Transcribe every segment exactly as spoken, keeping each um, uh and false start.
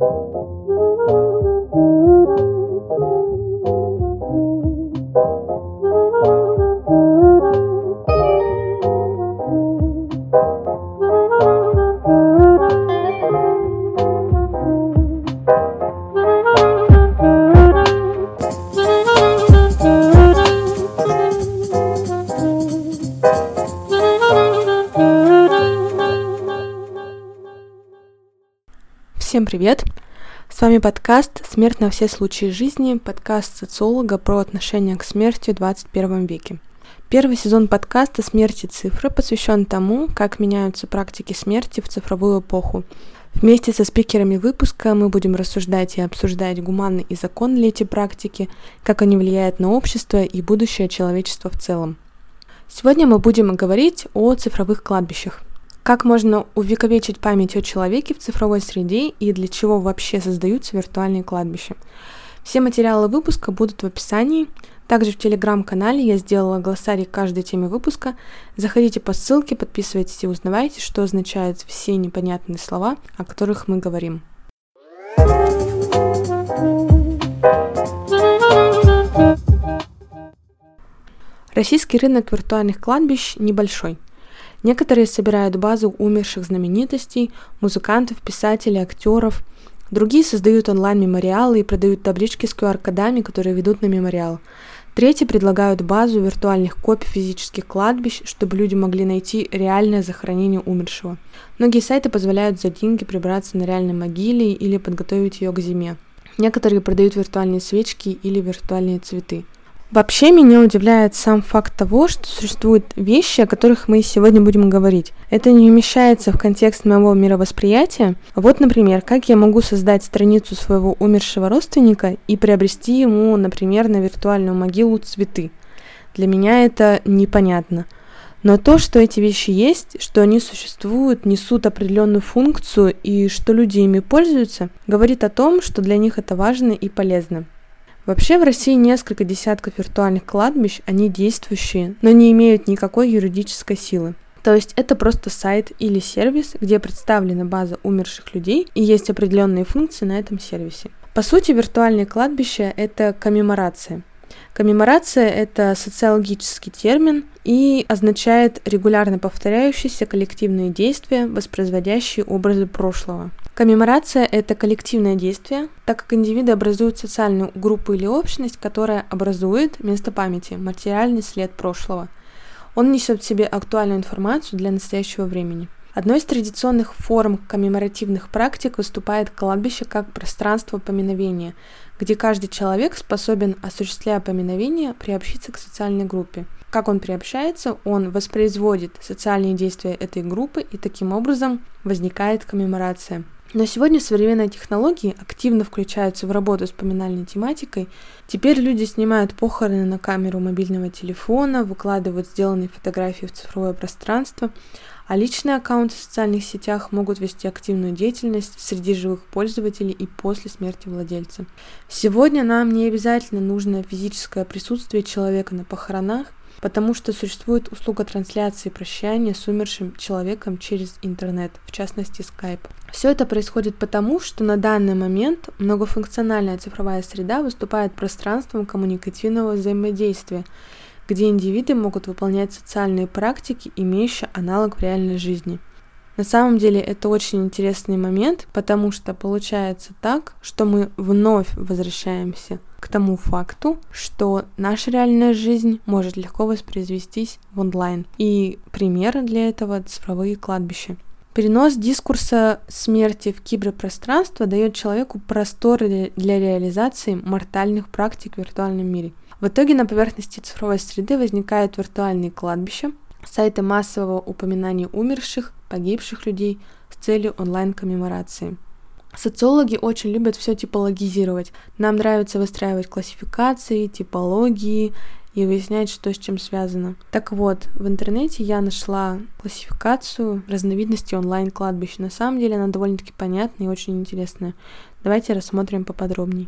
Всем привет! С вами подкаст «Смерть на все случаи жизни», подкаст социолога про отношение к смерти в двадцать первом веке. Первый сезон подкаста «Смерть и цифры» посвящен тому, как меняются практики смерти в цифровую эпоху. Вместе со спикерами выпуска мы будем рассуждать и обсуждать, гуманны и законны ли эти практики, как они влияют на общество и будущее человечества в целом. Сегодня мы будем говорить о цифровых кладбищах. Как можно увековечить память о человеке в цифровой среде и для чего вообще создаются виртуальные кладбища. Все материалы выпуска будут в описании. Также в телеграм-канале я сделала глоссарий к каждой теме выпуска. Заходите по ссылке, подписывайтесь и узнавайте, что означают все непонятные слова, о которых мы говорим. Российский рынок виртуальных кладбищ небольшой. Некоторые собирают базу умерших знаменитостей, музыкантов, писателей, актеров. Другие создают онлайн-мемориалы и продают таблички с ку ар-кодами, которые ведут на мемориал. Третьи предлагают базу виртуальных копий физических кладбищ, чтобы люди могли найти реальное захоронение умершего. Многие сайты позволяют за деньги прибраться на реальной могиле или подготовить ее к зиме. Некоторые продают виртуальные свечки или виртуальные цветы. Вообще меня удивляет сам факт того, что существуют вещи, о которых мы сегодня будем говорить. Это не вмещается в контекст моего мировосприятия. Вот, например, как я могу создать страницу своего умершего родственника и приобрести ему, например, на виртуальную могилу цветы. Для меня это непонятно. Но то, что эти вещи есть, что они существуют, несут определенную функцию и что люди ими пользуются, говорит о том, что для них это важно и полезно. Вообще в России несколько десятков виртуальных кладбищ, они действующие, но не имеют никакой юридической силы. То есть это просто сайт или сервис, где представлена база умерших людей и есть определенные функции на этом сервисе. По сути, виртуальные кладбища – это коммеморация. Коммеморация – это социологический термин и означает регулярно повторяющиеся коллективные действия, воспроизводящие образы прошлого. Коммеморация – это коллективное действие, так как индивиды образуют социальную группу или общность, которая образует место памяти, материальный след прошлого. Он несет в себе актуальную информацию для настоящего времени. Одной из традиционных форм коммеморативных практик выступает кладбище как пространство поминовения, где каждый человек способен, осуществляя поминовение, приобщиться к социальной группе. Как он приобщается, он воспроизводит социальные действия этой группы, и таким образом возникает коммеморация. Но сегодня современные технологии активно включаются в работу с поминальной тематикой. Теперь люди снимают похороны на камеру мобильного телефона, выкладывают сделанные фотографии в цифровое пространство, а личные аккаунты в социальных сетях могут вести активную деятельность среди живых пользователей и после смерти владельца. Сегодня нам не обязательно нужно физическое присутствие человека на похоронах, потому что существует услуга трансляции прощания с умершим человеком через интернет, в частности Skype. Все это происходит потому, что на данный момент многофункциональная цифровая среда выступает пространством коммуникативного взаимодействия, где индивиды могут выполнять социальные практики, имеющие аналог в реальной жизни. На самом деле это очень интересный момент, потому что получается так, что мы вновь возвращаемся к тому факту, что наша реальная жизнь может легко воспроизвестись в онлайн. И примеры для этого — цифровые кладбища. Перенос дискурса смерти в киберпространство дает человеку простор для реализации мортальных практик в виртуальном мире. В итоге на поверхности цифровой среды возникают виртуальные кладбища, сайты массового упоминания умерших, погибших людей с целью онлайн-коммеморации. Социологи очень любят все типологизировать. Нам нравится выстраивать классификации, типологии и выяснять, что с чем связано. Так вот, в интернете я нашла классификацию разновидностей онлайн-кладбищ. На самом деле она довольно-таки понятная и очень интересная. Давайте рассмотрим поподробнее.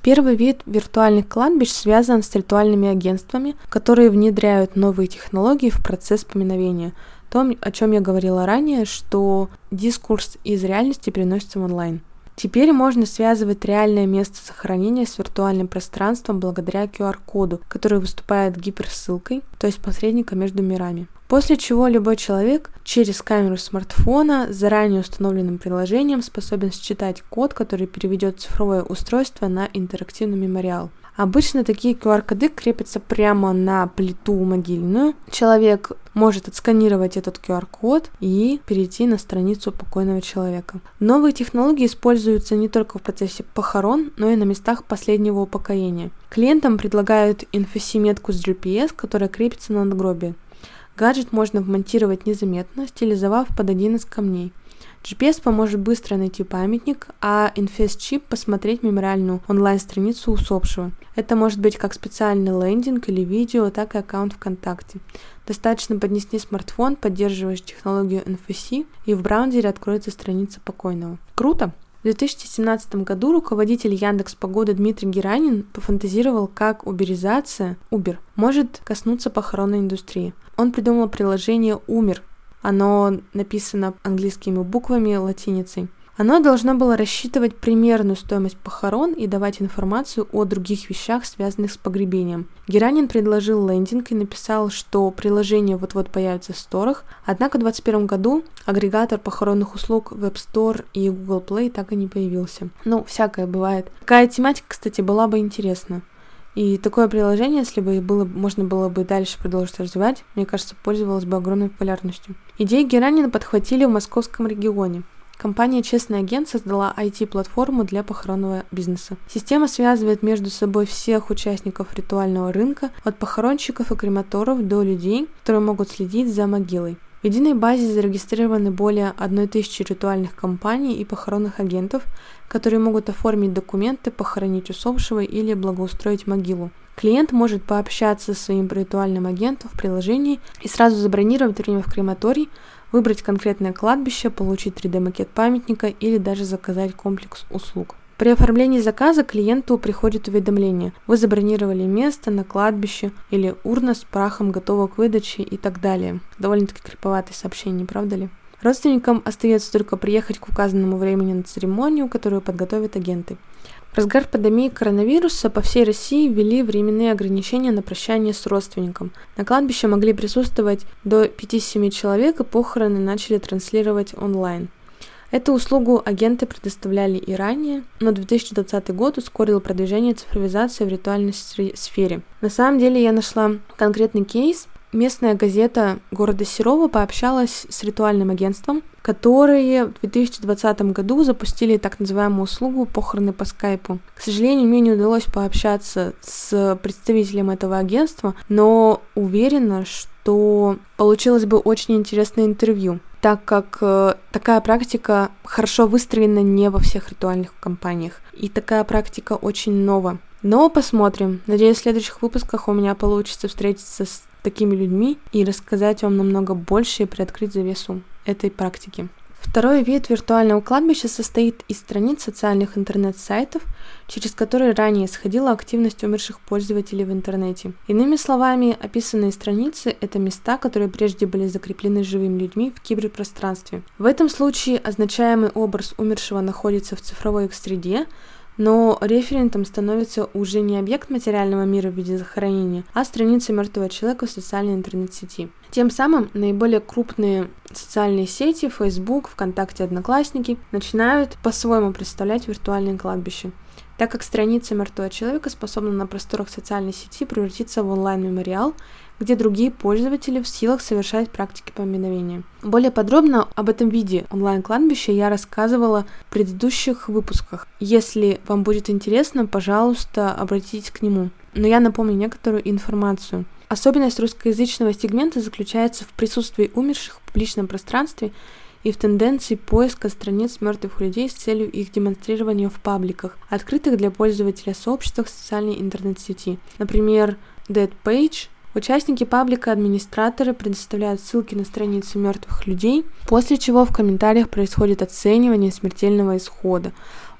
Первый вид виртуальных кладбищ связан с ритуальными агентствами, которые внедряют новые технологии в процесс поминовения. То, о чем я говорила ранее, что дискурс из реальности переносится в онлайн. Теперь можно связывать реальное место захоронения с виртуальным пространством благодаря ку ар-коду, который выступает гиперссылкой, то есть посредником между мирами. После чего любой человек через камеру смартфона с заранее установленным приложением способен считать код, который переведет цифровое устройство на интерактивный мемориал. Обычно такие ку ар-коды крепятся прямо на плиту могильную. Человек может отсканировать этот ку ар-код и перейти на страницу покойного человека. Новые технологии используются не только в процессе похорон, но и на местах последнего упокоения. Клиентам предлагают инфосиметку с джи пи эс, которая крепится на надгробие. Гаджет можно вмонтировать незаметно, стилизовав под один из камней. джи пи эс поможет быстро найти памятник, а инфес-чип посмотреть мемориальную онлайн-страницу усопшего. Это может быть как специальный лендинг или видео, так и аккаунт ВКонтакте. Достаточно поднести смартфон, поддерживающий технологию эн эф си, и в браузере откроется страница покойного. Круто! В две тысячи семнадцатом году руководитель Яндекс.Погоды Дмитрий Геранин пофантазировал, как уберизация, Uber, может коснуться похоронной индустрии. Он придумал приложение Умер. Оно написано английскими буквами, латиницей. Оно должно было рассчитывать примерную стоимость похорон и давать информацию о других вещах, связанных с погребением. Геранин предложил лендинг и написал, что приложение вот-вот появится в сторах, однако в две тысячи двадцать первом году агрегатор похоронных услуг в App Store и Google Play так и не появился. Ну, всякое бывает. Такая тематика, кстати, была бы интересна. И такое приложение, если бы было, можно было бы дальше продолжить развивать, мне кажется, пользовалось бы огромной популярностью. Идеи Геранина подхватили в московском регионе. Компания «Честный агент» создала ай ти-платформу для похоронного бизнеса. Система связывает между собой всех участников ритуального рынка, от похоронщиков и крематоров до людей, которые могут следить за могилой. В единой базе зарегистрированы более одной тысячи ритуальных компаний и похоронных агентов, которые могут оформить документы, похоронить усопшего или благоустроить могилу. Клиент может пообщаться со своим ритуальным агентом в приложении и сразу забронировать время в крематорий, выбрать конкретное кладбище, получить три дэ-макет памятника или даже заказать комплекс услуг. При оформлении заказа клиенту приходит уведомление: вы забронировали место на кладбище, или урна с прахом готова к выдаче и так далее. Довольно-таки криповатое сообщение, не правда ли? Родственникам остается только приехать к указанному времени на церемонию, которую подготовят агенты. В разгар пандемии коронавируса по всей России ввели временные ограничения на прощание с родственником. На кладбище могли присутствовать до пяти-семи человек, и похороны начали транслировать онлайн. Эту услугу агенты предоставляли и ранее, но две тысячи двадцатый год ускорил продвижение цифровизации в ритуальной сфере. На самом деле я нашла конкретный кейс. Местная газета города Серова пообщалась с ритуальным агентством, которые в две тысячи двадцатом году запустили так называемую услугу «Похороны по скайпу». К сожалению, мне не удалось пообщаться с представителем этого агентства, но уверена, что получилось бы очень интересное интервью, так как э, такая практика хорошо выстроена не во всех ритуальных компаниях, и такая практика очень нова. Но посмотрим. Надеюсь, в следующих выпусках у меня получится встретиться с такими людьми и рассказать вам намного больше и приоткрыть завесу этой практики. Второй вид виртуального кладбища состоит из страниц социальных интернет-сайтов, через которые ранее исходила активность умерших пользователей в интернете. Иными словами, описанные страницы – это места, которые прежде были закреплены живыми людьми в киберпространстве. В этом случае означаемый образ умершего находится в цифровой их среде, но референтом становится уже не объект материального мира в виде захоронения, а страница мертвого человека в социальной интернет-сети. Тем самым наиболее крупные социальные сети Facebook, ВКонтакте, Одноклассники начинают по-своему представлять виртуальное кладбище, так как страница мертвого человека способна на просторах социальной сети превратиться в онлайн-мемориал, где другие пользователи в силах совершать практики поминовения. Более подробно об этом виде онлайн-кладбища я рассказывала в предыдущих выпусках. Если вам будет интересно, пожалуйста, обратитесь к нему. Но я напомню некоторую информацию. Особенность русскоязычного сегмента заключается в присутствии умерших в публичном пространстве и в тенденции поиска страниц мертвых людей с целью их демонстрирования в пабликах, открытых для пользователя сообществах социальной интернет-сети. Например, DeadPage. Участники паблика, администраторы предоставляют ссылки на страницы мертвых людей, после чего в комментариях происходит оценивание смертельного исхода.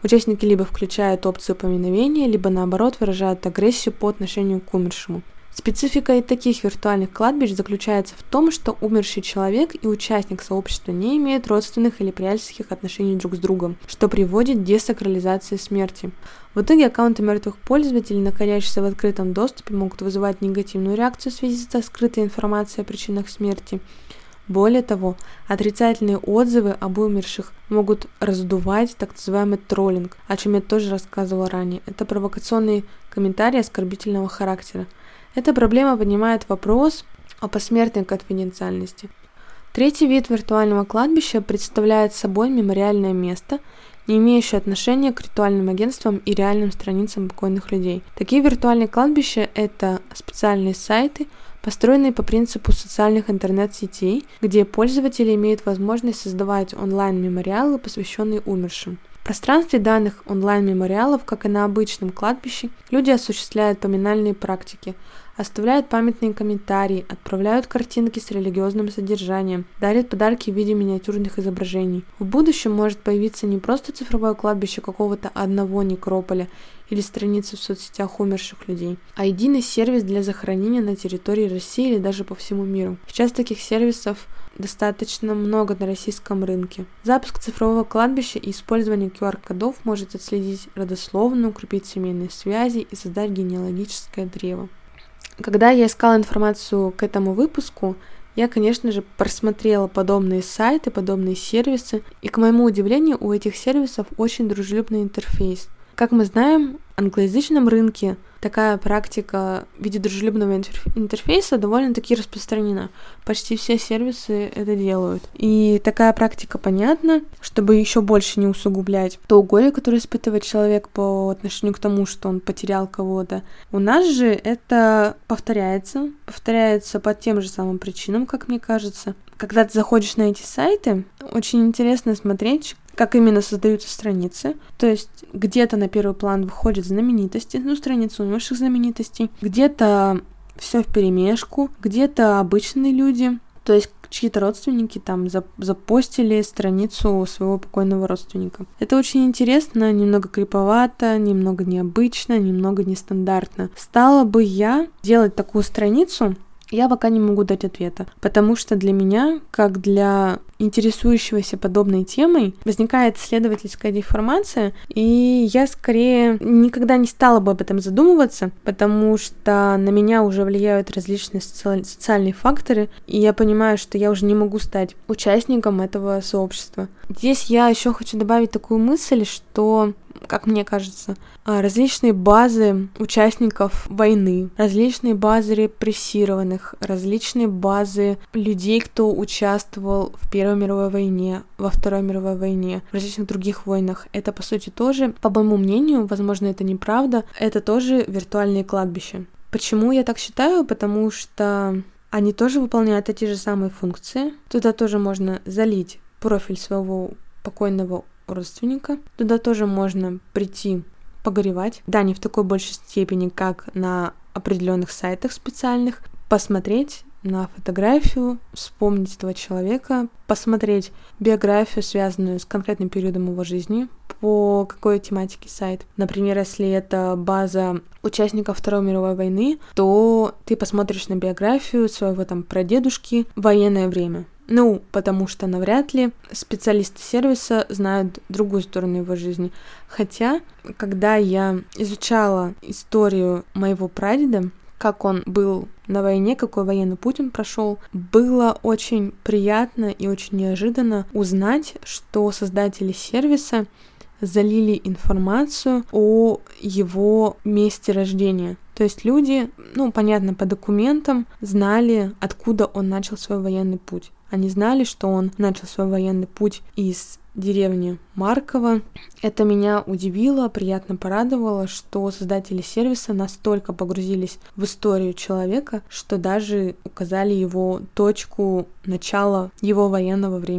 Участники либо включают опцию поминовения, либо наоборот выражают агрессию по отношению к умершему. Специфика и таких виртуальных кладбищ заключается в том, что умерший человек и участник сообщества не имеют родственных или приятельских отношений друг с другом, что приводит к десакрализации смерти. В итоге аккаунты мертвых пользователей, находящиеся в открытом доступе, могут вызывать негативную реакцию в связи со скрытой информацией о причинах смерти. Более того, отрицательные отзывы об умерших могут раздувать так называемый троллинг, о чем я тоже рассказывала ранее. Это провокационные комментарии оскорбительного характера. Эта проблема поднимает вопрос о посмертной конфиденциальности. Третий вид виртуального кладбища представляет собой мемориальное место, не имеющее отношения к ритуальным агентствам и реальным страницам покойных людей. Такие виртуальные кладбища – это специальные сайты, построенные по принципу социальных интернет-сетей, где пользователи имеют возможность создавать онлайн-мемориалы, посвященные умершим. В пространстве данных онлайн-мемориалов, как и на обычном кладбище, люди осуществляют поминальные практики, оставляют памятные комментарии, отправляют картинки с религиозным содержанием, дарят подарки в виде миниатюрных изображений. В будущем может появиться не просто цифровое кладбище какого-то одного некрополя или страницы в соцсетях умерших людей, а единый сервис для захоронения на территории России или даже по всему миру. Сейчас таких сервисов достаточно много на российском рынке. Запуск цифрового кладбища и использование ку ар-кодов может отследить родословную, укрепить семейные связи и создать генеалогическое древо. Когда я искала информацию к этому выпуску, я, конечно же, просмотрела подобные сайты, подобные сервисы, и, к моему удивлению, у этих сервисов очень дружелюбный интерфейс. Как мы знаем, в англоязычном рынке такая практика в виде дружелюбного интерфейса довольно-таки распространена. Почти все сервисы это делают. И такая практика понятна, чтобы еще больше не усугублять то горе, которое испытывает человек по отношению к тому, что он потерял кого-то. У нас же это повторяется, повторяется по тем же самым причинам, как мне кажется. Когда ты заходишь на эти сайты, очень интересно смотреть, как именно создаются страницы. То есть где-то на первый план выходят знаменитости, ну, страницы умерших знаменитостей, где-то все вперемешку, где-то обычные люди, то есть чьи-то родственники там запостили страницу своего покойного родственника. Это очень интересно, немного криповато, немного необычно, немного нестандартно. Стала бы я делать такую страницу, я пока не могу дать ответа, потому что для меня, как для интересующегося подобной темой, возникает исследовательская деформация, и я скорее никогда не стала бы об этом задумываться, потому что на меня уже влияют различные соци- социальные факторы, и я понимаю, что я уже не могу стать участником этого сообщества. Здесь я еще хочу добавить такую мысль, что, как мне кажется, различные базы участников войны, различные базы репрессированных, различные базы людей, кто участвовал в Первой мировой войне, во Второй мировой войне, в различных других войнах. Это, по сути, тоже, по моему мнению, возможно, это неправда, это тоже виртуальные кладбища. Почему я так считаю? Потому что они тоже выполняют эти же самые функции. Туда тоже можно залить профиль своего покойного родственника. Туда тоже можно прийти погоревать. Да, не в такой большей степени, как на определенных сайтах специальных. Посмотреть на фотографию, вспомнить этого человека, посмотреть биографию, связанную с конкретным периодом его жизни, по какой тематике сайт. Например, если это база участников Второй мировой войны, то ты посмотришь на биографию своего там прадедушки в военное время. Ну, потому что навряд ли специалисты сервиса знают другую сторону его жизни. Хотя, когда я изучала историю моего прадеда, как он был на войне, какой военный путь он прошел, было очень приятно и очень неожиданно узнать, что создатели сервиса залили информацию о его месте рождения. То есть люди, ну, понятно, по документам знали, откуда он начал свой военный путь. Они знали, что он начал свой военный путь из деревни Марково. Это меня удивило, приятно порадовало, что создатели сервиса настолько погрузились в историю человека, что даже указали его точку начала его военного времени.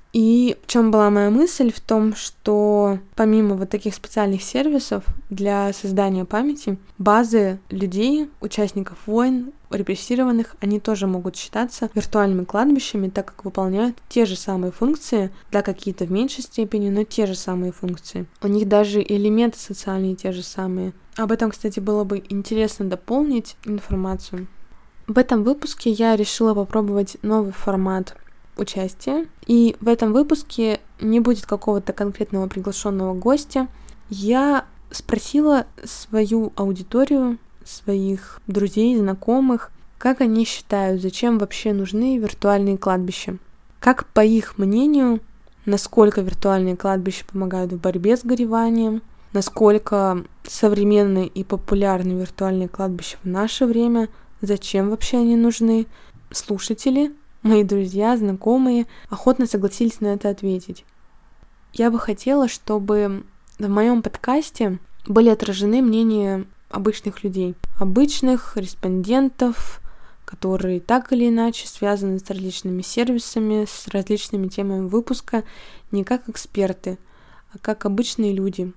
И в чем была моя мысль? В том, что помимо вот таких специальных сервисов для создания памяти, базы людей, участников войн, репрессированных, они тоже могут считаться виртуальными кладбищами, так как выполняют те же самые функции, да, какие-то в меньшей степени, но те же самые функции. У них даже элементы социальные те же самые. Об этом, кстати, было бы интересно дополнить информацию. В этом выпуске я решила попробовать новый формат участия. И в этом выпуске не будет какого-то конкретного приглашенного гостя. Я спросила свою аудиторию, своих друзей, знакомых, как они считают, зачем вообще нужны виртуальные кладбища. Как, по их мнению, насколько виртуальные кладбища помогают в борьбе с гореванием, насколько современны и популярны виртуальные кладбища в наше время, зачем вообще они нужны. Слушатели, мои друзья, знакомые охотно согласились на это ответить. Я бы хотела, чтобы в моем подкасте были отражены мнения обычных людей, обычных респондентов, которые так или иначе связаны с различными сервисами, с различными темами выпуска, не как эксперты, а как обычные люди.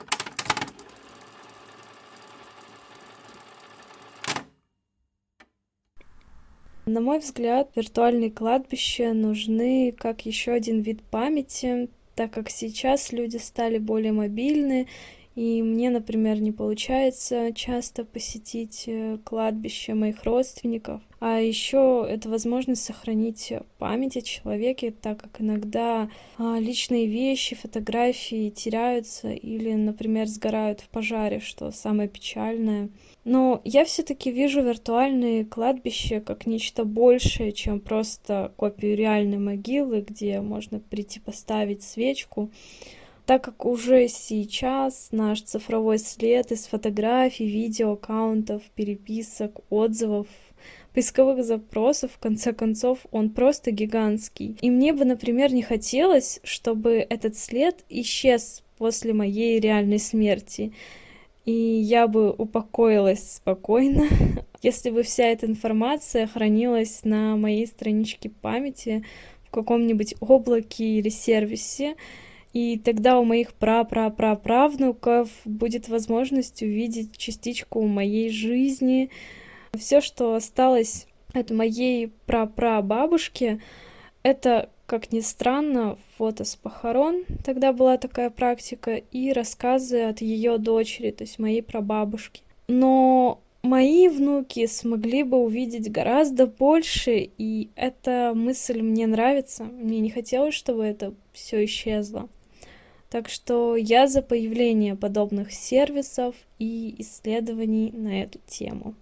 На мой взгляд, виртуальные кладбища нужны как еще один вид памяти, так как сейчас люди стали более мобильны, и мне, например, не получается часто посетить кладбище моих родственников. А еще это возможность сохранить память о человеке, так как иногда личные вещи, фотографии теряются или, например, сгорают в пожаре, что самое печальное. Но я все-таки вижу виртуальные кладбища как нечто большее, чем просто копию реальной могилы, где можно прийти поставить свечку. Так как уже сейчас наш цифровой след из фотографий, видео, аккаунтов, переписок, отзывов, поисковых запросов, в конце концов, он просто гигантский. И мне бы, например, не хотелось, чтобы этот след исчез после моей реальной смерти. И я бы упокоилась спокойно, если бы вся эта информация хранилась на моей страничке памяти в каком-нибудь облаке или сервисе. И тогда у моих пра-пра-пра-правнуков будет возможность увидеть частичку моей жизни. Все, что осталось от моей пра-пра-бабушки, это, как ни странно, фото с похорон, тогда была такая практика, и рассказы от ее дочери, то есть моей прабабушки. Но мои внуки смогли бы увидеть гораздо больше, и эта мысль мне нравится. Мне не хотелось, чтобы это все исчезло. Так что я за появление подобных сервисов и исследований на эту тему.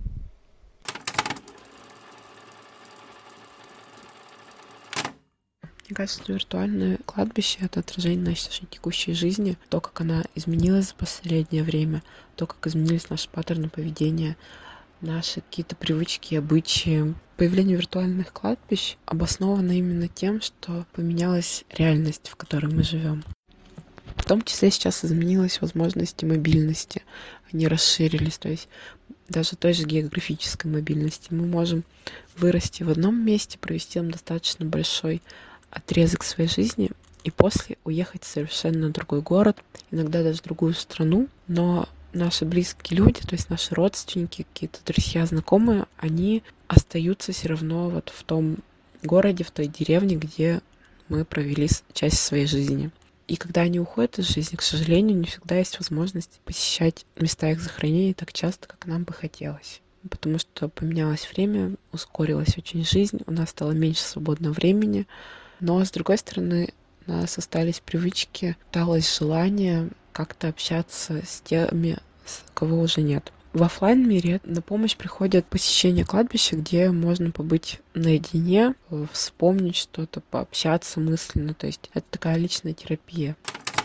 Мне кажется, что виртуальное кладбище — это отражение нашей текущей жизни, то, как она изменилась за последнее время, то, как изменились наши паттерны поведения, наши какие-то привычки, обычаи. Появление виртуальных кладбищ обосновано именно тем, что поменялась реальность, в которой мы живем. В том числе сейчас изменились возможности мобильности, они расширились, то есть даже той же географической мобильности. Мы можем вырасти в одном месте, провести там достаточно большой отрезок своей жизни и после уехать в совершенно другой город, иногда даже в другую страну, но наши близкие люди, то есть наши родственники, какие-то друзья, знакомые, они остаются все равно вот в том городе, в той деревне, где мы провели часть своей жизни. И когда они уходят из жизни, к сожалению, не всегда есть возможность посещать места их захоронения так часто, как нам бы хотелось. Потому что поменялось время, ускорилась очень жизнь, у нас стало меньше свободного времени. Но, с другой стороны, у нас остались привычки, осталось желание как-то общаться с теми, кого уже нет. В офлайн мире на помощь приходит посещение кладбища, где можно побыть наедине, вспомнить что-то, пообщаться мысленно. То есть это такая личная терапия.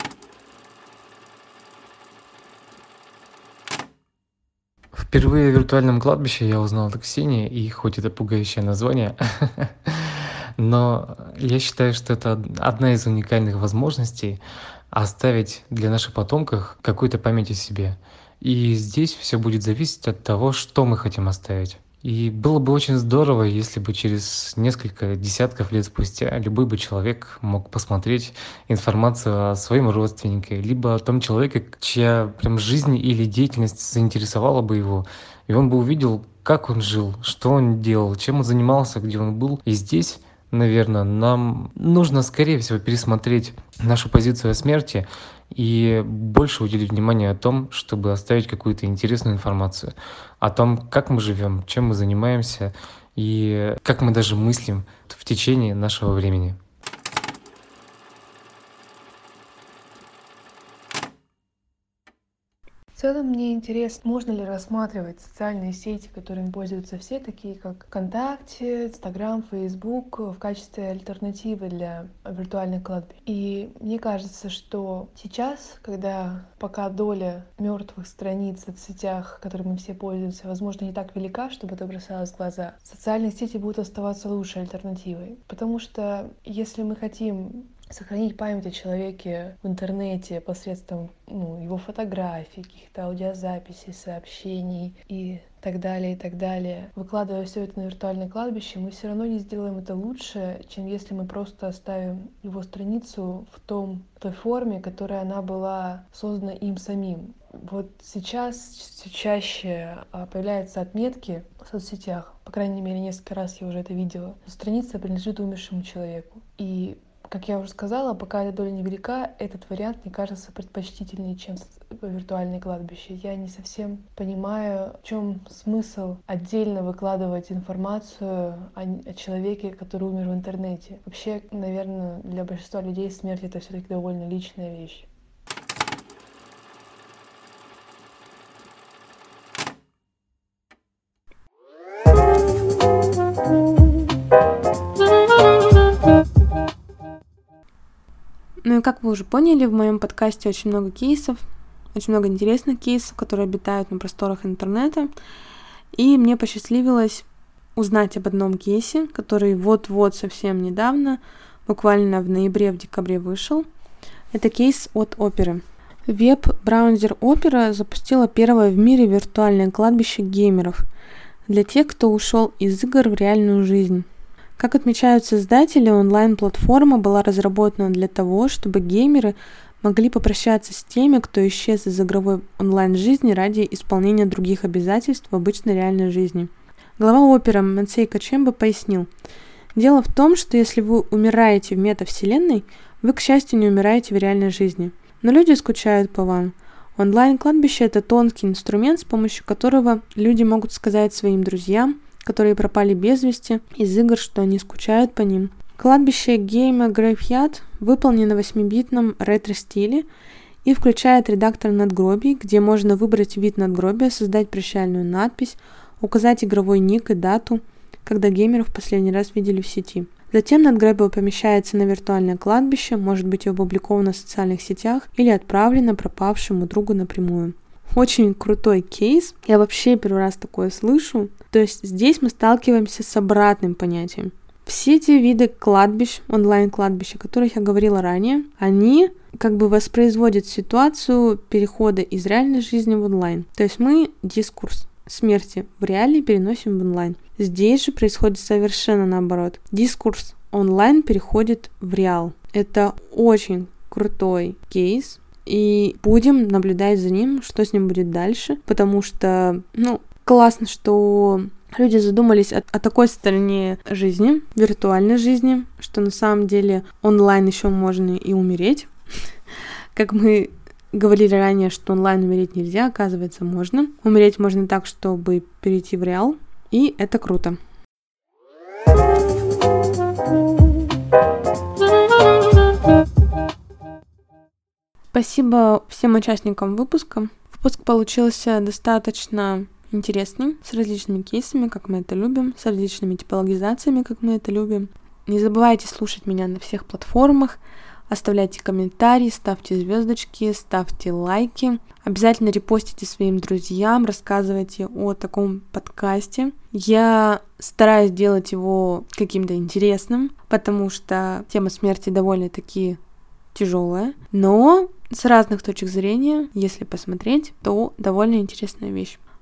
Впервые о виртуальном кладбище я узнал от Ксении, и хоть это пугающее название, но я считаю, что это одна из уникальных возможностей оставить для наших потомков какую-то память о себе. И здесь все будет зависеть от того, что мы хотим оставить. И было бы очень здорово, если бы через несколько десятков лет спустя любой бы человек мог посмотреть информацию о своем родственнике, либо о том человеке, чья прям жизнь или деятельность заинтересовала бы его, и он бы увидел, как он жил, что он делал, чем он занимался, где он был. И здесь, наверное, нам нужно, скорее всего, пересмотреть нашу позицию о смерти и больше уделить внимание о том, чтобы оставить какую-то интересную информацию о том, как мы живем, чем мы занимаемся и как мы даже мыслим в течение нашего времени. В целом мне интересно, можно ли рассматривать социальные сети, которыми пользуются все, такие как ВКонтакте, Инстаграм, Фейсбук, в качестве альтернативы для виртуальных кладбищ. И мне кажется, что сейчас, когда пока доля мертвых страниц в соцсетях, которыми все пользуются, возможно, не так велика, чтобы это бросалось в глаза, социальные сети будут оставаться лучшей альтернативой. Потому что если мы хотим сохранить память о человеке в интернете посредством ну, его фотографий, каких-то аудиозаписей, сообщений и так далее, и так далее. Выкладывая все это на виртуальное кладбище, мы все равно не сделаем это лучше, чем если мы просто оставим его страницу в том, в той форме, которая она была создана им самим. Вот сейчас все чаще появляются отметки в соцсетях, по крайней мере, несколько раз я уже это видела, что страница принадлежит умершему человеку. И как я уже сказала, пока эта доля невелика, этот вариант мне кажется предпочтительнее, чем виртуальное кладбище. Я не совсем понимаю, в чем смысл отдельно выкладывать информацию о, о человеке, который умер в интернете. Вообще, наверное, для большинства людей смерть — это все-таки довольно личная вещь. Ну и как вы уже поняли, в моем подкасте очень много кейсов, очень много интересных кейсов, которые обитают на просторах интернета. И мне посчастливилось узнать об одном кейсе, который вот-вот совсем недавно, буквально в ноябре, в декабре вышел. Это кейс от Opera. Веб-браузер Opera запустила первое в мире виртуальное кладбище геймеров для тех, кто ушел из игр в реальную жизнь. Как отмечают создатели, онлайн-платформа была разработана для того, чтобы геймеры могли попрощаться с теми, кто исчез из игровой онлайн-жизни ради исполнения других обязательств в обычной реальной жизни. Глава Opera Мансей Качемба пояснил: «Дело в том, что если вы умираете в метавселенной, вы, к счастью, не умираете в реальной жизни. Но люди скучают по вам. Онлайн-кладбище — это тонкий инструмент, с помощью которого люди могут сказать своим друзьям, которые пропали без вести из игр, что они скучают по ним. Кладбище Game Graveyard выполнено в восьмибитном ретро-стиле и включает редактор надгробий, где можно выбрать вид надгробия, создать прощальную надпись, указать игровой ник и дату, когда геймеров в последний раз видели в сети. Затем надгробие помещается на виртуальное кладбище, может быть опубликовано в социальных сетях или отправлено пропавшему другу напрямую». Очень крутой кейс. Я вообще первый раз такое слышу. То есть здесь мы сталкиваемся с обратным понятием. Все эти виды кладбищ, онлайн-кладбища, о которых я говорила ранее, они как бы воспроизводят ситуацию перехода из реальной жизни в онлайн. То есть мы дискурс смерти в реале переносим в онлайн. Здесь же происходит совершенно наоборот. Дискурс онлайн переходит в реал. Это очень крутой кейс. И будем наблюдать за ним, что с ним будет дальше, потому что, ну, классно, что люди задумались о, о такой стороне жизни, виртуальной жизни, что на самом деле онлайн еще можно и умереть. Как мы говорили ранее, что онлайн умереть нельзя, оказывается, можно. Умереть можно так, чтобы перейти в реал, и это круто. Спасибо всем участникам выпуска. Выпуск получился достаточно интересный, с различными кейсами, как мы это любим, с различными типологизациями, как мы это любим. Не забывайте слушать меня на всех платформах, оставляйте комментарии, ставьте звездочки, ставьте лайки. Обязательно репостите своим друзьям, рассказывайте о таком подкасте. Я стараюсь делать его каким-то интересным, потому что тема смерти довольно-таки тяжелая, но с разных точек зрения, если посмотреть, то довольно интересная вещь.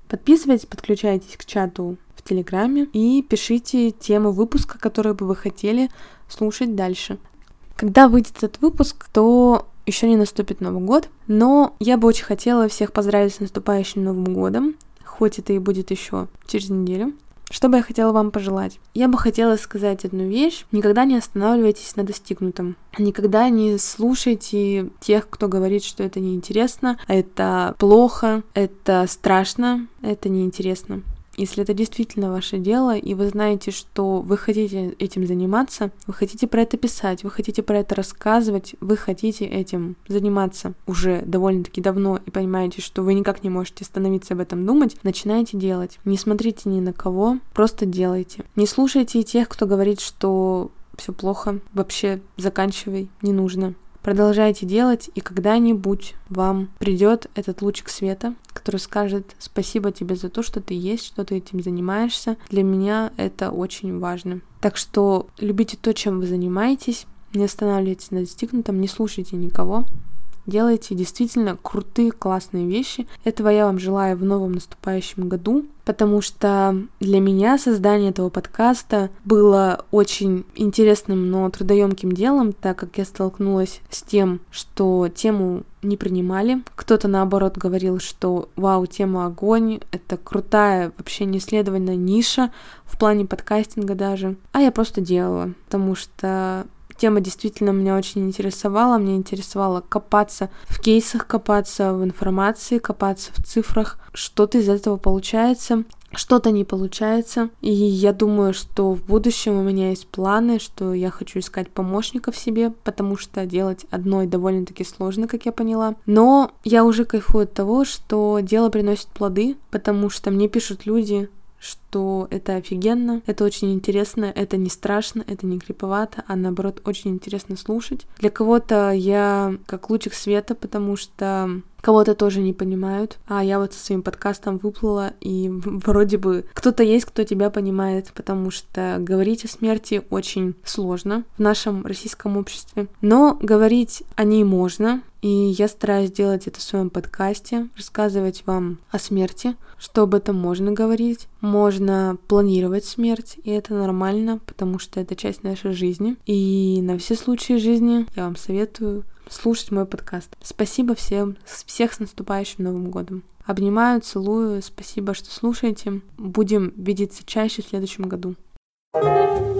Подписывайтесь, подключайтесь к чату в Телеграме и пишите тему выпуска, которую бы вы хотели слушать дальше. Когда выйдет этот выпуск, то еще не наступит Новый год, но я бы очень хотела всех поздравить с наступающим Новым годом, хоть это и будет еще через неделю. Что бы я хотела вам пожелать? Я бы хотела сказать одну вещь. Никогда не останавливайтесь на достигнутом. Никогда не слушайте тех, кто говорит, что это неинтересно, это плохо, это страшно, это неинтересно. Если это действительно ваше дело, и вы знаете, что вы хотите этим заниматься, вы хотите про это писать, вы хотите про это рассказывать, вы хотите этим заниматься уже довольно-таки давно и понимаете, что вы никак не можете остановиться об этом думать, начинайте делать. Не смотрите ни на кого, просто делайте. Не слушайте тех, кто говорит, что все плохо, вообще заканчивай, не нужно. Продолжайте делать, и когда-нибудь вам придет этот лучик света, который скажет: спасибо тебе за то, что ты есть, что ты этим занимаешься. Для меня это очень важно. Так что любите то, чем вы занимаетесь, не останавливайтесь на достигнутом, не слушайте никого. Делайте действительно крутые, классные вещи. Этого я вам желаю в новом наступающем году, потому что для меня создание этого подкаста было очень интересным, но трудоемким делом, так как я столкнулась с тем, что тему не принимали. Кто-то, наоборот, говорил, что вау, тема огонь, это крутая, вообще неисследованная ниша в плане подкастинга даже. А я просто делала, потому что тема действительно меня очень интересовала. Мне интересовало копаться в кейсах, копаться в информации, копаться в цифрах. Что-то из этого получается, что-то не получается. И я думаю, что в будущем у меня есть планы, что я хочу искать помощников себе, потому что делать одной довольно-таки сложно, как я поняла. Но я уже кайфую от того, что дело приносит плоды, потому что мне пишут люди, что это офигенно, это очень интересно, это не страшно, это не криповато, а наоборот очень интересно слушать. Для кого-то я как лучик света, потому что кого-то тоже не понимают, а я вот со своим подкастом выплыла, и вроде бы кто-то есть, кто тебя понимает, потому что говорить о смерти очень сложно в нашем российском обществе, но говорить о ней можно, и я стараюсь делать это в своем подкасте, рассказывать вам о смерти, что об этом можно говорить, можно планировать смерть, и это нормально, потому что это часть нашей жизни, и на все случаи жизни я вам советую слушать мой подкаст. Спасибо всем, всех с наступающим Новым годом. Обнимаю, целую, спасибо, что слушаете. Будем видеться чаще в следующем году.